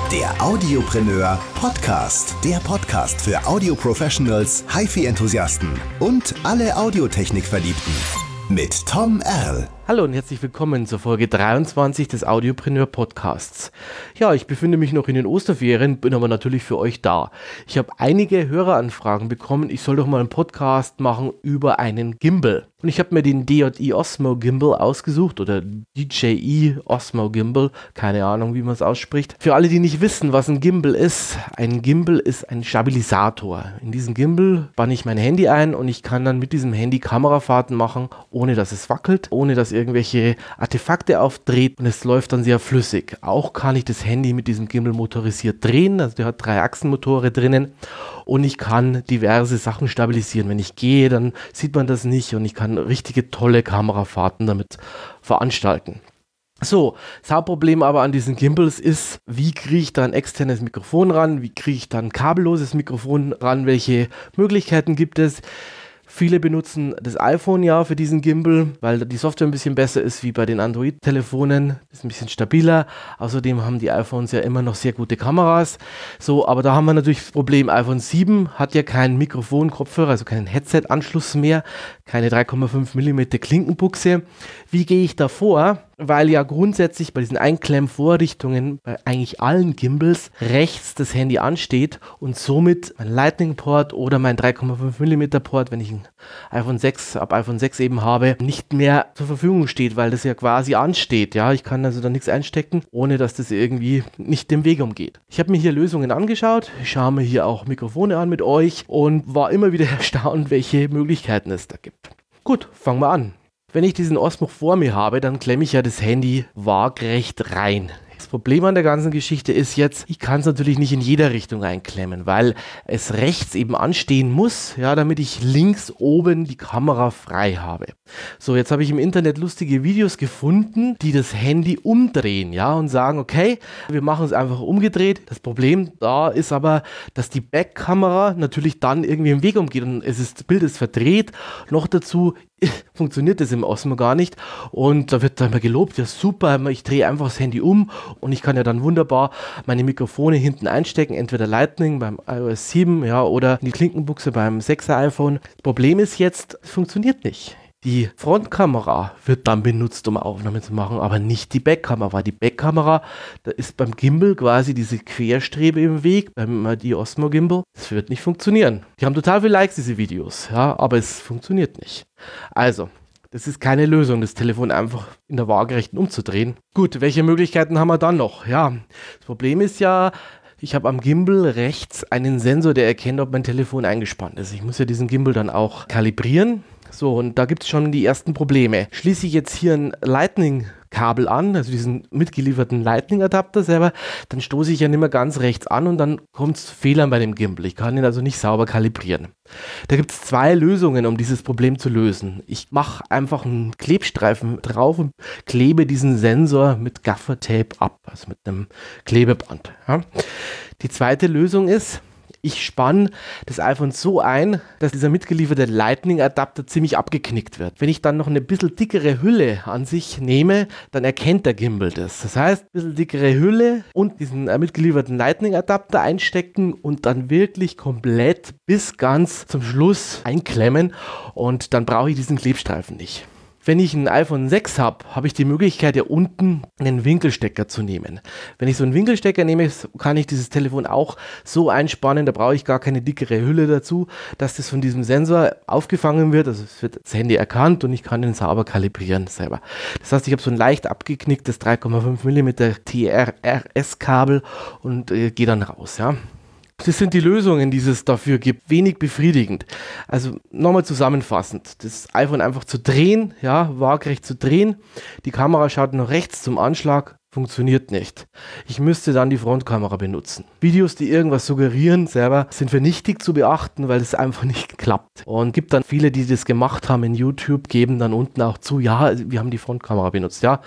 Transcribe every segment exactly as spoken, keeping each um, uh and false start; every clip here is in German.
Der Audiopreneur Podcast. Der Podcast für Audio-Professionals, HiFi-Enthusiasten und alle Audiotechnik-Verliebten. Mit Tom Erl. Hallo und herzlich willkommen zur Folge dreiundzwanzig des Audiopreneur Podcasts. Ja, ich befinde mich noch in den Osterferien, bin aber natürlich für euch da. Ich habe einige Höreranfragen bekommen, ich soll doch mal einen Podcast machen über einen Gimbal. Und ich habe mir den D J I Osmo Gimbal ausgesucht oder D J I Osmo Gimbal, keine Ahnung, wie man es ausspricht. Für alle, die nicht wissen, was ein Gimbal ist, ein Gimbal ist ein Stabilisator. In diesen Gimbal spanne ich mein Handy ein und ich kann dann mit diesem Handy Kamerafahrten machen, ohne dass es wackelt, ohne dass irgendwelche Artefakte aufdreht und es läuft dann sehr flüssig. Auch kann ich das Handy mit diesem Gimbal motorisiert drehen, also der hat drei Achsenmotore drinnen und ich kann diverse Sachen stabilisieren. Wenn ich gehe, dann sieht man das nicht und ich kann richtige tolle Kamerafahrten damit veranstalten. So, das Hauptproblem aber an diesen Gimbals ist, wie kriege ich da ein externes Mikrofon ran, wie kriege ich da ein kabelloses Mikrofon ran, welche Möglichkeiten gibt es? Viele benutzen das iPhone ja für diesen Gimbal, weil die Software ein bisschen besser ist wie bei den Android-Telefonen, ist ein bisschen stabiler. Außerdem haben die iPhones ja immer noch sehr gute Kameras. So, aber da haben wir natürlich das Problem, iPhone sieben hat ja keinen Mikrofon-Kopfhörer, also keinen Headset-Anschluss mehr, keine drei Komma fünf Millimeter Klinkenbuchse. Wie gehe ich da vor? Weil ja grundsätzlich bei diesen Einklemmvorrichtungen bei eigentlich allen Gimbals rechts das Handy ansteht und somit mein Lightning-Port oder mein drei Komma fünf Millimeter Port, wenn ich ein iPhone sechs, ab iPhone sechs eben habe, nicht mehr zur Verfügung steht, weil das ja quasi ansteht. Ja, ich kann also da nichts einstecken, ohne dass das irgendwie nicht dem Weg umgeht. Ich habe mir hier Lösungen angeschaut, ich schaue mir hier auch Mikrofone an mit euch und war immer wieder erstaunt, welche Möglichkeiten es da gibt. Gut, fangen wir an. Wenn ich diesen Osmo vor mir habe, dann klemme ich ja das Handy waagrecht rein. Das Problem an der ganzen Geschichte ist jetzt, ich kann es natürlich nicht in jeder Richtung einklemmen, weil es rechts eben anstehen muss, ja, damit ich links oben die Kamera frei habe. So, jetzt habe ich im Internet lustige Videos gefunden, die das Handy umdrehen, ja, und sagen, okay, wir machen es einfach umgedreht. Das Problem da ist aber, dass die Backkamera natürlich dann irgendwie im Weg umgeht und es ist, das Bild ist verdreht. Noch dazu funktioniert das im Osmo gar nicht und da wird dann immer gelobt, ja super, ich drehe einfach das Handy um und ich kann ja dann wunderbar meine Mikrofone hinten einstecken, entweder Lightning beim iOS sieben, ja, oder in die Klinkenbuchse beim sechser iPhone. Das Problem ist jetzt, es funktioniert nicht. Die Frontkamera wird dann benutzt, um Aufnahmen zu machen, aber nicht die Backkamera. Die Backkamera, da ist beim Gimbal quasi diese Querstrebe im Weg, beim die Osmo Gimbal. Das wird nicht funktionieren. Die haben total viele Likes, diese Videos, ja, aber es funktioniert nicht. Also, das ist keine Lösung, das Telefon einfach in der Waagerechten umzudrehen. Gut, welche Möglichkeiten haben wir dann noch? Ja, das Problem ist ja, ich habe am Gimbal rechts einen Sensor, der erkennt, ob mein Telefon eingespannt ist. Ich muss ja diesen Gimbal dann auch kalibrieren. So, und da gibt es schon die ersten Probleme. Schließe ich jetzt hier ein Lightning-Kabel an, also diesen mitgelieferten Lightning-Adapter selber, dann stoße ich ja nicht mehr ganz rechts an und dann kommt es zu Fehlern bei dem Gimbal. Ich kann ihn also nicht sauber kalibrieren. Da gibt es zwei Lösungen, um dieses Problem zu lösen. Ich mache einfach einen Klebstreifen drauf und klebe diesen Sensor mit Gaffer-Tape ab, also mit einem Klebeband. Ja. Die zweite Lösung ist, ich spanne das iPhone so ein, dass dieser mitgelieferte Lightning-Adapter ziemlich abgeknickt wird. Wenn ich dann noch eine bisschen dickere Hülle an sich nehme, dann erkennt der Gimbal das. Das heißt, ein bisschen dickere Hülle und diesen äh, mitgelieferten Lightning-Adapter einstecken und dann wirklich komplett bis ganz zum Schluss einklemmen und dann brauche ich diesen Klebstreifen nicht. Wenn ich ein iPhone sechs habe, habe ich die Möglichkeit, ja unten einen Winkelstecker zu nehmen. Wenn ich so einen Winkelstecker nehme, kann ich dieses Telefon auch so einspannen, da brauche ich gar keine dickere Hülle dazu, dass das von diesem Sensor aufgefangen wird, also es wird das Handy erkannt und ich kann den sauber kalibrieren selber. Das heißt, ich habe so ein leicht abgeknicktes drei Komma fünf Millimeter T R R S-Kabel und äh, gehe dann raus, ja. Das sind die Lösungen, die es dafür gibt. Wenig befriedigend. Also nochmal zusammenfassend. Das iPhone einfach zu drehen, ja, waagerecht zu drehen. Die Kamera schaut nach rechts zum Anschlag. Funktioniert nicht. Ich müsste dann die Frontkamera benutzen. Videos, die irgendwas suggerieren, selber sind für nichtig zu beachten, weil es einfach nicht klappt. Und gibt dann viele, die das gemacht haben in YouTube, geben dann unten auch zu, ja, wir haben die Frontkamera benutzt. Ja,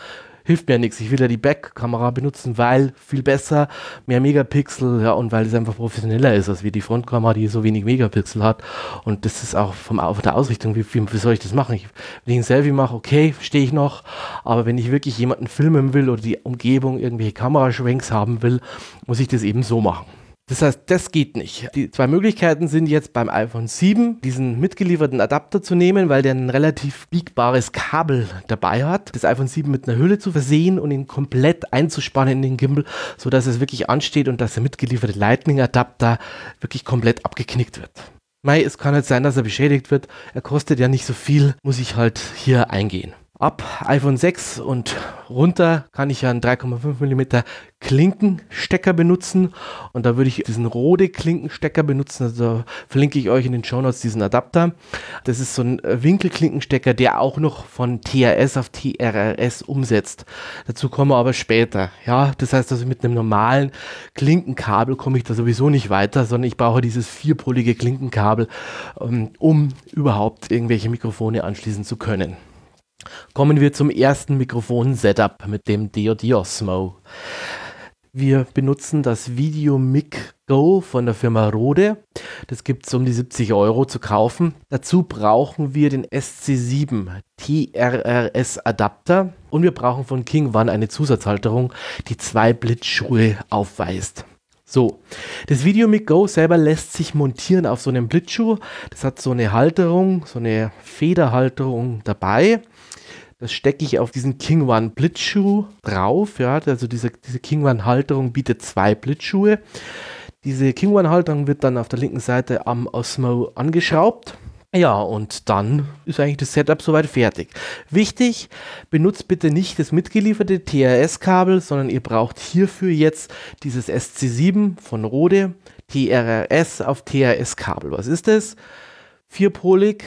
hilft mir ja nichts. Ich will ja die Back-Kamera benutzen, weil viel besser, mehr Megapixel, ja, und weil es einfach professioneller ist, als wie die Frontkamera, die so wenig Megapixel hat. Und das ist auch vom, von der Ausrichtung, wie, wie, wie soll ich das machen? Ich, wenn ich ein Selfie mache, okay, stehe ich noch, aber wenn ich wirklich jemanden filmen will oder die Umgebung irgendwelche Kameraschwenks haben will, muss ich das eben so machen. Das heißt, das geht nicht. Die zwei Möglichkeiten sind jetzt beim iPhone sieben, diesen mitgelieferten Adapter zu nehmen, weil der ein relativ biegbares Kabel dabei hat, das iPhone sieben mit einer Hülle zu versehen und ihn komplett einzuspannen in den Gimbal, sodass es wirklich ansteht und dass der mitgelieferte Lightning-Adapter wirklich komplett abgeknickt wird. Mei, es kann halt sein, dass er beschädigt wird. Er kostet ja nicht so viel, muss ich halt hier eingehen. Ab iPhone sechs und runter kann ich ja einen drei Komma fünf Millimeter Klinkenstecker benutzen und da würde ich diesen Rode Klinkenstecker benutzen, also verlinke ich euch in den Shownotes diesen Adapter. Das ist so ein Winkelklinkenstecker, der auch noch von T R S auf T R R S umsetzt. Dazu kommen wir aber später. Ja, das heißt also mit einem normalen Klinkenkabel komme ich da sowieso nicht weiter, sondern ich brauche dieses vierpolige Klinkenkabel, um überhaupt irgendwelche Mikrofone anschließen zu können. Kommen wir zum ersten Mikrofon-Setup mit dem D O D Osmo. Wir benutzen das VideoMic Go von der Firma Rode. Das gibt es um die siebzig Euro zu kaufen. Dazu brauchen wir den S C sieben T R R S Adapter und wir brauchen von King One eine Zusatzhalterung, die zwei Blitzschuhe aufweist. So, das VideoMic Go selber lässt sich montieren auf so einem Blitzschuh. Das hat so eine Halterung, so eine Federhalterung dabei. Das stecke ich auf diesen King One Blitzschuh drauf. Ja, also diese, diese King One Halterung bietet zwei Blitzschuhe. Diese King One Halterung wird dann auf der linken Seite am Osmo angeschraubt. Ja, und dann ist eigentlich das Setup soweit fertig. Wichtig, benutzt bitte nicht das mitgelieferte T R S-Kabel, sondern ihr braucht hierfür jetzt dieses S C sieben von Rode, T R R S auf T R S-Kabel. Was ist das? Vierpolig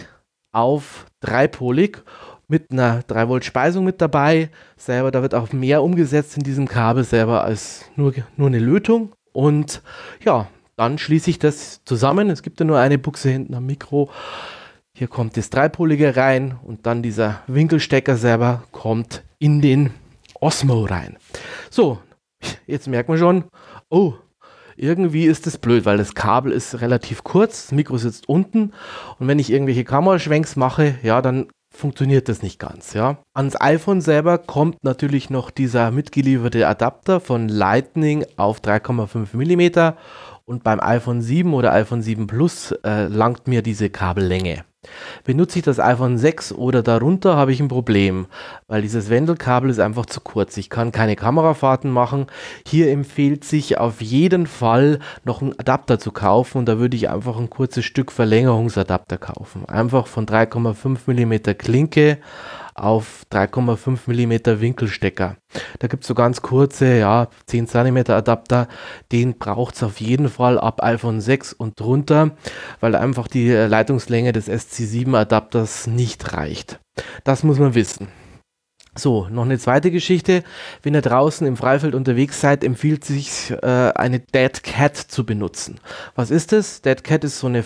auf dreipolig mit einer drei Volt Speisung mit dabei. Selber, da wird auch mehr umgesetzt in diesem Kabel selber als nur, nur eine Lötung. Und ja, dann schließe ich das zusammen. Es gibt ja nur eine Buchse hinten am Mikro. Hier kommt das Dreipolige rein und dann dieser Winkelstecker selber kommt in den Osmo rein. So, jetzt merkt man schon, oh, irgendwie ist das blöd, weil das Kabel ist relativ kurz, das Mikro sitzt unten und wenn ich irgendwelche Kameraschwenks mache, ja, dann funktioniert das nicht ganz, ja. Ans iPhone selber kommt natürlich noch dieser mitgelieferte Adapter von Lightning auf drei Komma fünf Millimeter und beim iPhone sieben oder iPhone sieben Plus äh, langt mir diese Kabellänge. Benutze ich das iPhone sechs oder darunter, habe ich ein Problem, weil dieses Wendelkabel ist einfach zu kurz. Ich kann keine Kamerafahrten machen. Hier empfiehlt sich auf jeden Fall noch einen Adapter zu kaufen und da würde ich einfach ein kurzes Stück Verlängerungsadapter kaufen. Einfach von drei Komma fünf Millimeter Klinke auf drei Komma fünf Millimeter Winkelstecker. Da gibt es so ganz kurze, ja, zehn Zentimeter Adapter. Den braucht es auf jeden Fall ab iPhone sechs und drunter, weil einfach die Leitungslänge des S C sieben Adapters nicht reicht. Das muss man wissen. So, noch eine zweite Geschichte. Wenn ihr draußen im Freifeld unterwegs seid, empfiehlt sich äh, eine Dead Cat zu benutzen. Was ist das? Dead Cat ist so eine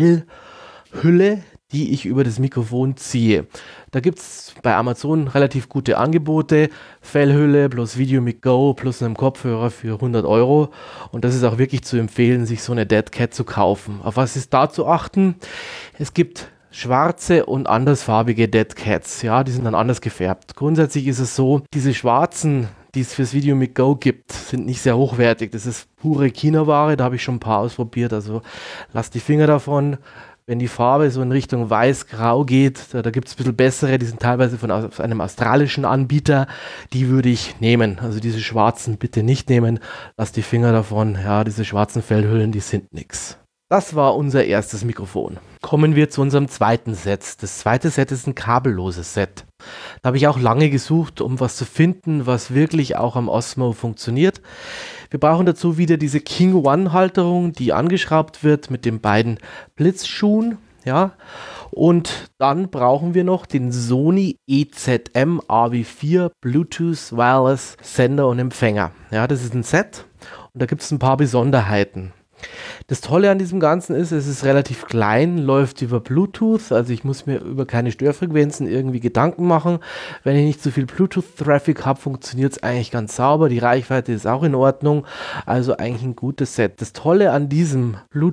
Fellhülle, die ich über das Mikrofon ziehe. Da gibt es bei Amazon relativ gute Angebote. Fellhülle plus VideoMic Go plus einem Kopfhörer für hundert Euro. Und das ist auch wirklich zu empfehlen, sich so eine Dead Cat zu kaufen. Auf was ist da zu achten? Es gibt schwarze und andersfarbige Dead Cats. Ja, die sind dann anders gefärbt. Grundsätzlich ist es so, diese schwarzen, die es fürs VideoMic Go gibt, sind nicht sehr hochwertig. Das ist pure China-Ware. Da habe ich schon ein paar ausprobiert. Also lasst die Finger davon. Wenn die Farbe so in Richtung weiß-grau geht, da, da gibt es ein bisschen bessere, die sind teilweise von aus, einem australischen Anbieter, die würde ich nehmen. Also diese schwarzen bitte nicht nehmen, lasst die Finger davon. Ja, diese schwarzen Fellhüllen, die sind nix. Das war unser erstes Mikrofon. Kommen wir zu unserem zweiten Set. Das zweite Set ist ein kabelloses Set. Da habe ich auch lange gesucht, um was zu finden, was wirklich auch am Osmo funktioniert. Wir brauchen dazu wieder diese King One Halterung, die angeschraubt wird mit den beiden Blitzschuhen. Ja. Und dann brauchen wir noch den Sony E Z M A V vier Bluetooth Wireless Sender und Empfänger. Ja, das ist ein Set und da gibt es ein paar Besonderheiten. Das Tolle an diesem Ganzen ist, es ist relativ klein, läuft über Bluetooth, also ich muss mir über keine Störfrequenzen irgendwie Gedanken machen. Wenn ich nicht so viel Bluetooth-Traffic habe, funktioniert es eigentlich ganz sauber, die Reichweite ist auch in Ordnung, also eigentlich ein gutes Set. Das Tolle an diesem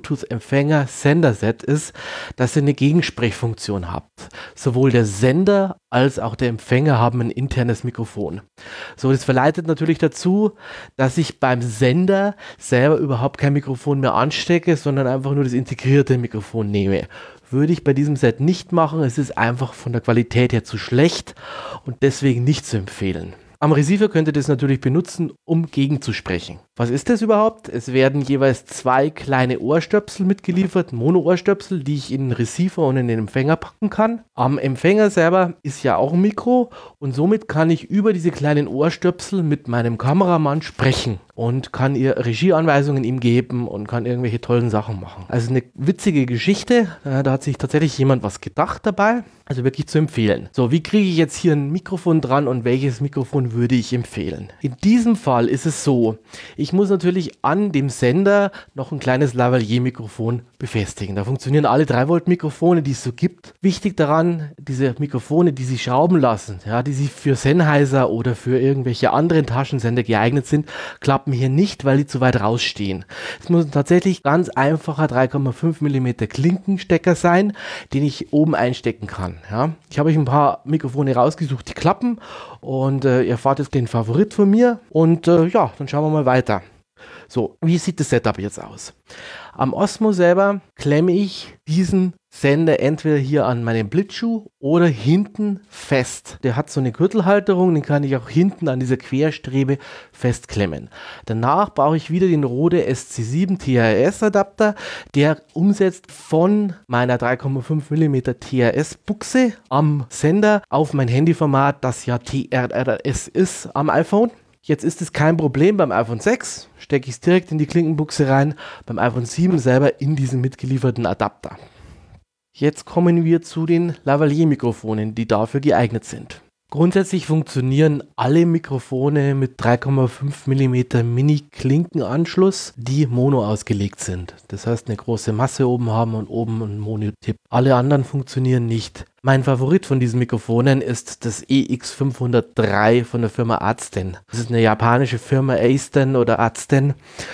Bluetooth-Empfänger-Sender-Set ist, dass ihr eine Gegensprechfunktion habt. Sowohl der Sender als auch der Empfänger haben ein internes Mikrofon. So, das verleitet natürlich dazu, dass ich beim Sender selber überhaupt kein Mikrofon mehr anstecke, sondern einfach nur das integrierte Mikrofon nehme. Würde ich bei diesem Set nicht machen, es ist einfach von der Qualität her zu schlecht und deswegen nicht zu empfehlen. Am Receiver könnt ihr das natürlich benutzen, um gegenzusprechen. Was ist das überhaupt? Es werden jeweils zwei kleine Ohrstöpsel mitgeliefert, Mono-Ohrstöpsel, die ich in den Receiver und in den Empfänger packen kann. Am Empfänger selber ist ja auch ein Mikro und somit kann ich über diese kleinen Ohrstöpsel mit meinem Kameramann sprechen und kann ihr Regieanweisungen ihm geben und kann irgendwelche tollen Sachen machen. Also eine witzige Geschichte, da hat sich tatsächlich jemand was gedacht dabei. Also wirklich zu empfehlen. So, wie kriege ich jetzt hier ein Mikrofon dran und welches Mikrofon würde ich empfehlen? In diesem Fall ist es so, ich muss natürlich an dem Sender noch ein kleines Lavalier-Mikrofon befestigen. Da funktionieren alle drei Volt Mikrofone, die es so gibt. Wichtig daran, diese Mikrofone, die Sie schrauben lassen, ja, die Sie für Sennheiser oder für irgendwelche anderen Taschensender geeignet sind, klappen hier nicht, weil die zu weit rausstehen. Es muss tatsächlich ganz einfacher drei Komma fünf Millimeter Klinkenstecker sein, den ich oben einstecken kann. Ja, ich habe euch ein paar Mikrofone rausgesucht, die klappen und äh, ihr erfahrt jetzt den Favorit von mir und äh, ja, dann schauen wir mal weiter. So, wie sieht das Setup jetzt aus? Am Osmo selber klemme ich diesen Sender entweder hier an meinem Blitzschuh oder hinten fest. Der hat so eine Gürtelhalterung, den kann ich auch hinten an dieser Querstrebe festklemmen. Danach brauche ich wieder den Rode S C sieben T H S Adapter, der umsetzt von meiner drei Komma fünf Millimeter T H S Buchse am Sender auf mein Handyformat, das ja T R R S ist am iPhone. Jetzt ist es kein Problem beim iPhone sechs, stecke ich es direkt in die Klinkenbuchse rein, beim iPhone sieben selber in diesen mitgelieferten Adapter. Jetzt kommen wir zu den Lavalier-Mikrofonen, die dafür geeignet sind. Grundsätzlich funktionieren alle Mikrofone mit drei Komma fünf Millimeter Mini-Klinkenanschluss, die mono ausgelegt sind. Das heißt, eine große Masse oben haben und oben ein Mono-Tip. Alle anderen funktionieren nicht. Mein Favorit von diesen Mikrofonen ist das E X fünfhundertdrei von der Firma Azten. Das ist eine japanische Firma, Azten oder Azten,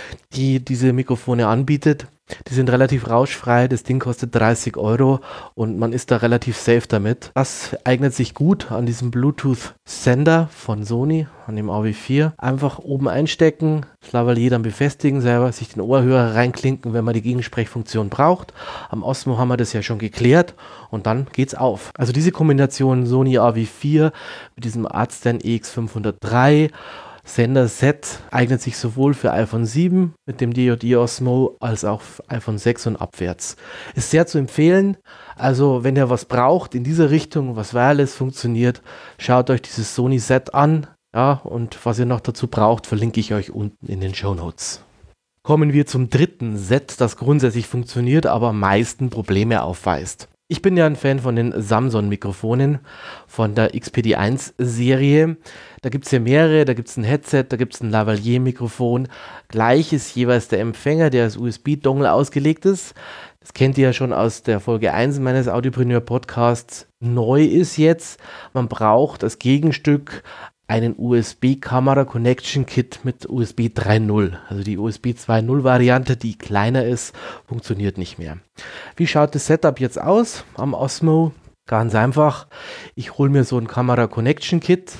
die diese Mikrofone anbietet. Die sind relativ rauschfrei, das Ding kostet dreißig Euro und man ist da relativ safe damit. Das eignet sich gut an diesem Bluetooth-Sender von Sony, an dem A W vier. Einfach oben einstecken, das Lavalier dann befestigen selber, sich den Ohrhörer reinklinken, wenn man die Gegensprechfunktion braucht. Am Osmo haben wir das ja schon geklärt und dann geht's auf. Also diese Kombination Sony A W vier mit diesem Azten E X fünfhundertdrei Sender-Set eignet sich sowohl für iPhone sieben mit dem D J I Osmo als auch für iPhone sechs und abwärts. Ist sehr zu empfehlen. Also wenn ihr was braucht in dieser Richtung, was wireless funktioniert, schaut euch dieses Sony-Set an. Ja, und was ihr noch dazu braucht, verlinke ich euch unten in den Shownotes. Kommen wir zum dritten Set, das grundsätzlich funktioniert, aber am meisten Probleme aufweist. Ich bin ja ein Fan von den Samson-Mikrofonen, von der X P D eins Serie. Da gibt es ja mehrere, da gibt es ein Headset, da gibt es ein Lavalier-Mikrofon. Gleich ist jeweils der Empfänger, der als U S B-Dongle ausgelegt ist. Das kennt ihr ja schon aus der Folge eins meines Audiopreneur-Podcasts. Neu ist jetzt, man braucht als Gegenstück einen U S B-Kamera-Connection-Kit mit U S B drei Punkt null. Also die U S B zwei Punkt null-Variante, die kleiner ist, funktioniert nicht mehr. Wie schaut das Setup jetzt aus am Osmo? Ganz einfach, ich hole mir so ein Kamera-Connection-Kit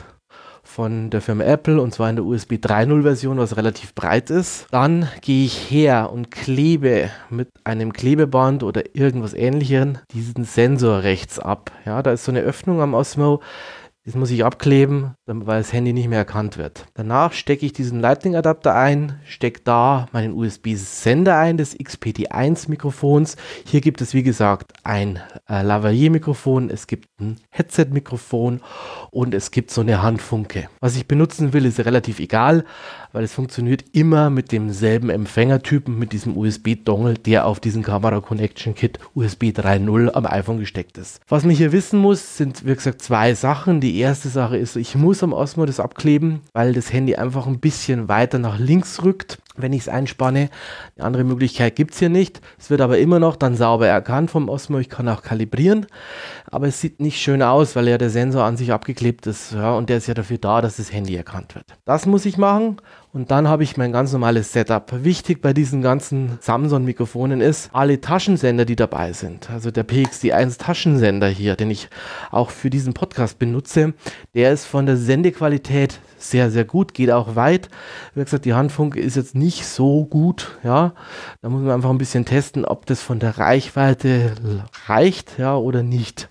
von der Firma Apple und zwar in der U S B drei Punkt null-Version, was relativ breit ist. Dann gehe ich her und klebe mit einem Klebeband oder irgendwas Ähnlichem diesen Sensor rechts ab. Ja, da ist so eine Öffnung am Osmo. Das muss ich abkleben, weil das Handy nicht mehr erkannt wird. Danach stecke ich diesen Lightning-Adapter ein, stecke da meinen U S B-Sender ein des X P D eins Mikrofons. Hier gibt es, wie gesagt, ein äh, Lavalier-Mikrofon, es gibt ein Headset-Mikrofon und es gibt so eine Handfunke. Was ich benutzen will, ist relativ egal, weil es funktioniert immer mit demselben Empfängertypen, mit diesem U S B-Dongle, der auf diesen Kamera-Connection-Kit U S B drei Punkt null am iPhone gesteckt ist. Was man hier wissen muss, sind, wie gesagt, zwei Sachen. Die erste Sache ist, ich muss am Osmo das abkleben, weil das Handy einfach ein bisschen weiter nach links rückt wenn ich es einspanne. Eine andere Möglichkeit gibt es hier nicht. Es wird aber immer noch dann sauber erkannt vom Osmo. Ich kann auch kalibrieren, aber es sieht nicht schön aus, weil ja der Sensor an sich abgeklebt ist, ja, und der ist ja dafür da, dass das Handy erkannt wird. Das muss ich machen und dann habe ich mein ganz normales Setup. Wichtig bei diesen ganzen Samsung-Mikrofonen ist, alle Taschensender, die dabei sind, also der P X D eins Taschensender hier, den ich auch für diesen Podcast benutze, der ist von der Sendequalität sehr, sehr gut, geht auch weit. Wie gesagt, die Handfunk ist jetzt nicht so gut, ja. Da muss man einfach ein bisschen testen, ob das von der Reichweite reicht, ja, oder nicht.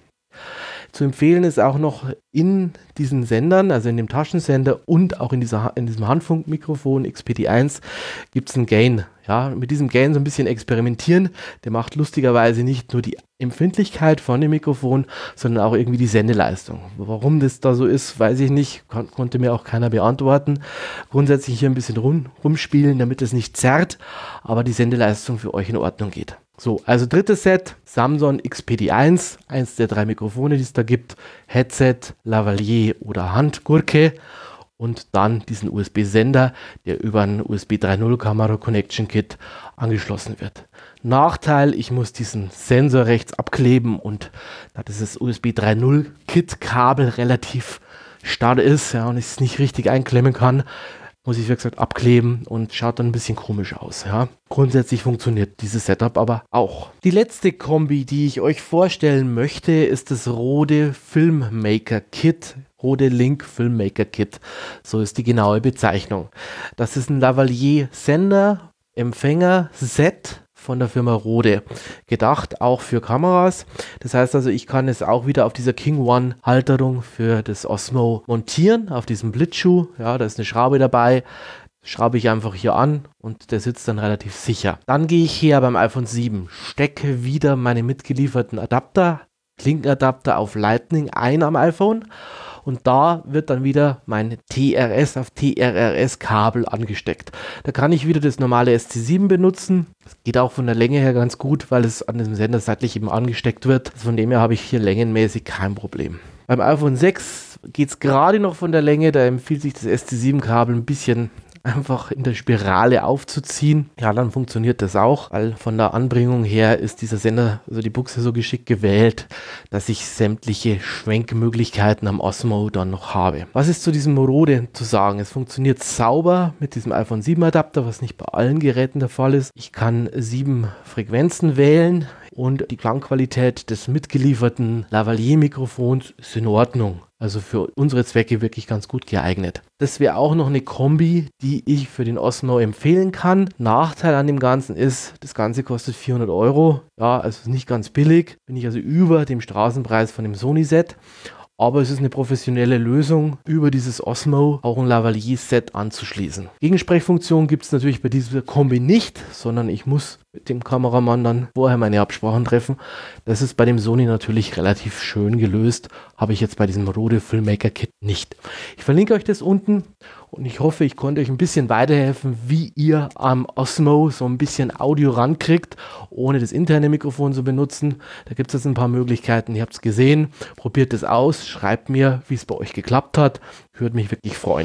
Zu empfehlen ist auch noch in diesen Sendern, also in dem Taschensender und auch in, dieser, in diesem Handfunkmikrofon X P D eins gibt es einen Gain. Ja, mit diesem Gain so ein bisschen experimentieren. Der macht lustigerweise nicht nur die Empfindlichkeit von dem Mikrofon, sondern auch irgendwie die Sendeleistung. Warum das da so ist, weiß ich nicht. Kon- konnte mir auch keiner beantworten. Grundsätzlich hier ein bisschen rum, rumspielen, damit es nicht zerrt, aber die Sendeleistung für euch in Ordnung geht. So, also drittes Set, Samsung X P D eins, eins der drei Mikrofone, die es da gibt, Headset, Lavalier oder Handgurke und dann diesen U S B-Sender, der über ein U S B drei Punkt null Camera Connection Kit angeschlossen wird. Nachteil, ich muss diesen Sensor rechts abkleben und da dieses U S B drei Punkt null Kit Kabel relativ starr ist, ja, und ich es nicht richtig einklemmen kann, muss ich, wie gesagt, abkleben und schaut dann ein bisschen komisch aus. Ja. Grundsätzlich funktioniert dieses Setup aber auch. Die letzte Kombi, die ich euch vorstellen möchte, ist das Rode Filmmaker Kit. Rode Link Filmmaker Kit. So ist die genaue Bezeichnung. Das ist ein Lavalier Sender, Empfänger, Set von der Firma Rode. Gedacht auch für Kameras. Das heißt also, ich kann es auch wieder auf dieser King One Halterung für das Osmo montieren, auf diesem Blitzschuh. Ja, da ist eine Schraube dabei. Schraube ich einfach hier an und der sitzt dann relativ sicher. Dann gehe ich her beim iPhone sieben, stecke wieder meine mitgelieferten Adapter, Klinkenadapter auf Lightning ein am iPhone. Und da wird dann wieder mein T R S auf T R R S Kabel angesteckt. Da kann ich wieder das normale S C sieben benutzen. Das geht auch von der Länge her ganz gut, weil es an diesem Sender seitlich eben angesteckt wird. Von dem her habe ich hier längenmäßig kein Problem. Beim iPhone sechs geht es gerade noch von der Länge. Da empfiehlt sich das S C sieben Kabel ein bisschen einfach in der Spirale aufzuziehen. Ja, dann funktioniert das auch, weil von der Anbringung her ist dieser Sender, also die Buchse so geschickt gewählt, dass ich sämtliche Schwenkmöglichkeiten am Osmo dann noch habe. Was ist zu diesem Rode zu sagen? Es funktioniert sauber mit diesem iPhone sieben Adapter, was nicht bei allen Geräten der Fall ist. Ich kann sieben Frequenzen wählen und die Klangqualität des mitgelieferten Lavalier-Mikrofons ist in Ordnung. Also für unsere Zwecke wirklich ganz gut geeignet. Das wäre auch noch eine Kombi, die ich für den Osmo empfehlen kann. Nachteil an dem Ganzen ist, das Ganze kostet vierhundert Euro. Ja, also nicht ganz billig. Bin ich also über dem Straßenpreis von dem Sony-Set. Aber es ist eine professionelle Lösung, über dieses Osmo auch ein Lavalier-Set anzuschließen. Gegensprechfunktion gibt es natürlich bei dieser Kombi nicht, sondern ich muss mit dem Kameramann dann vorher meine Absprachen treffen. Das ist bei dem Sony natürlich relativ schön gelöst, habe ich jetzt bei diesem Rode Filmmaker Kit nicht. Ich verlinke euch das unten und ich hoffe, ich konnte euch ein bisschen weiterhelfen, wie ihr am Osmo so ein bisschen Audio rankriegt, ohne das interne Mikrofon zu benutzen. Da gibt es jetzt ein paar Möglichkeiten, ihr habt es gesehen. Probiert es aus, schreibt mir, wie es bei euch geklappt hat. Würde mich wirklich freuen.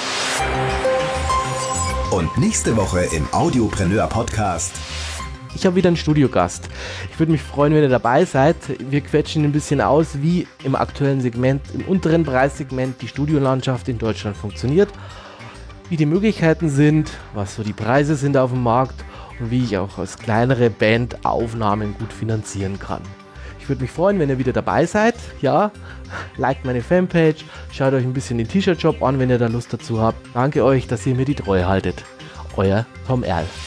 Und nächste Woche im Audiopreneur Podcast. Ich habe wieder einen Studiogast. Ich würde mich freuen, wenn ihr dabei seid. Wir quetschen ein bisschen aus, wie im aktuellen Segment, im unteren Preissegment die Studiolandschaft in Deutschland funktioniert, wie die Möglichkeiten sind, was so die Preise sind auf dem Markt und wie ich auch als kleinere Band Aufnahmen gut finanzieren kann. Ich würde mich freuen, wenn ihr wieder dabei seid. Ja, liked meine Fanpage, schaut euch ein bisschen den T-Shirt-Shop an, wenn ihr da Lust dazu habt. Danke euch, dass ihr mir die Treue haltet. Euer Tom Erl.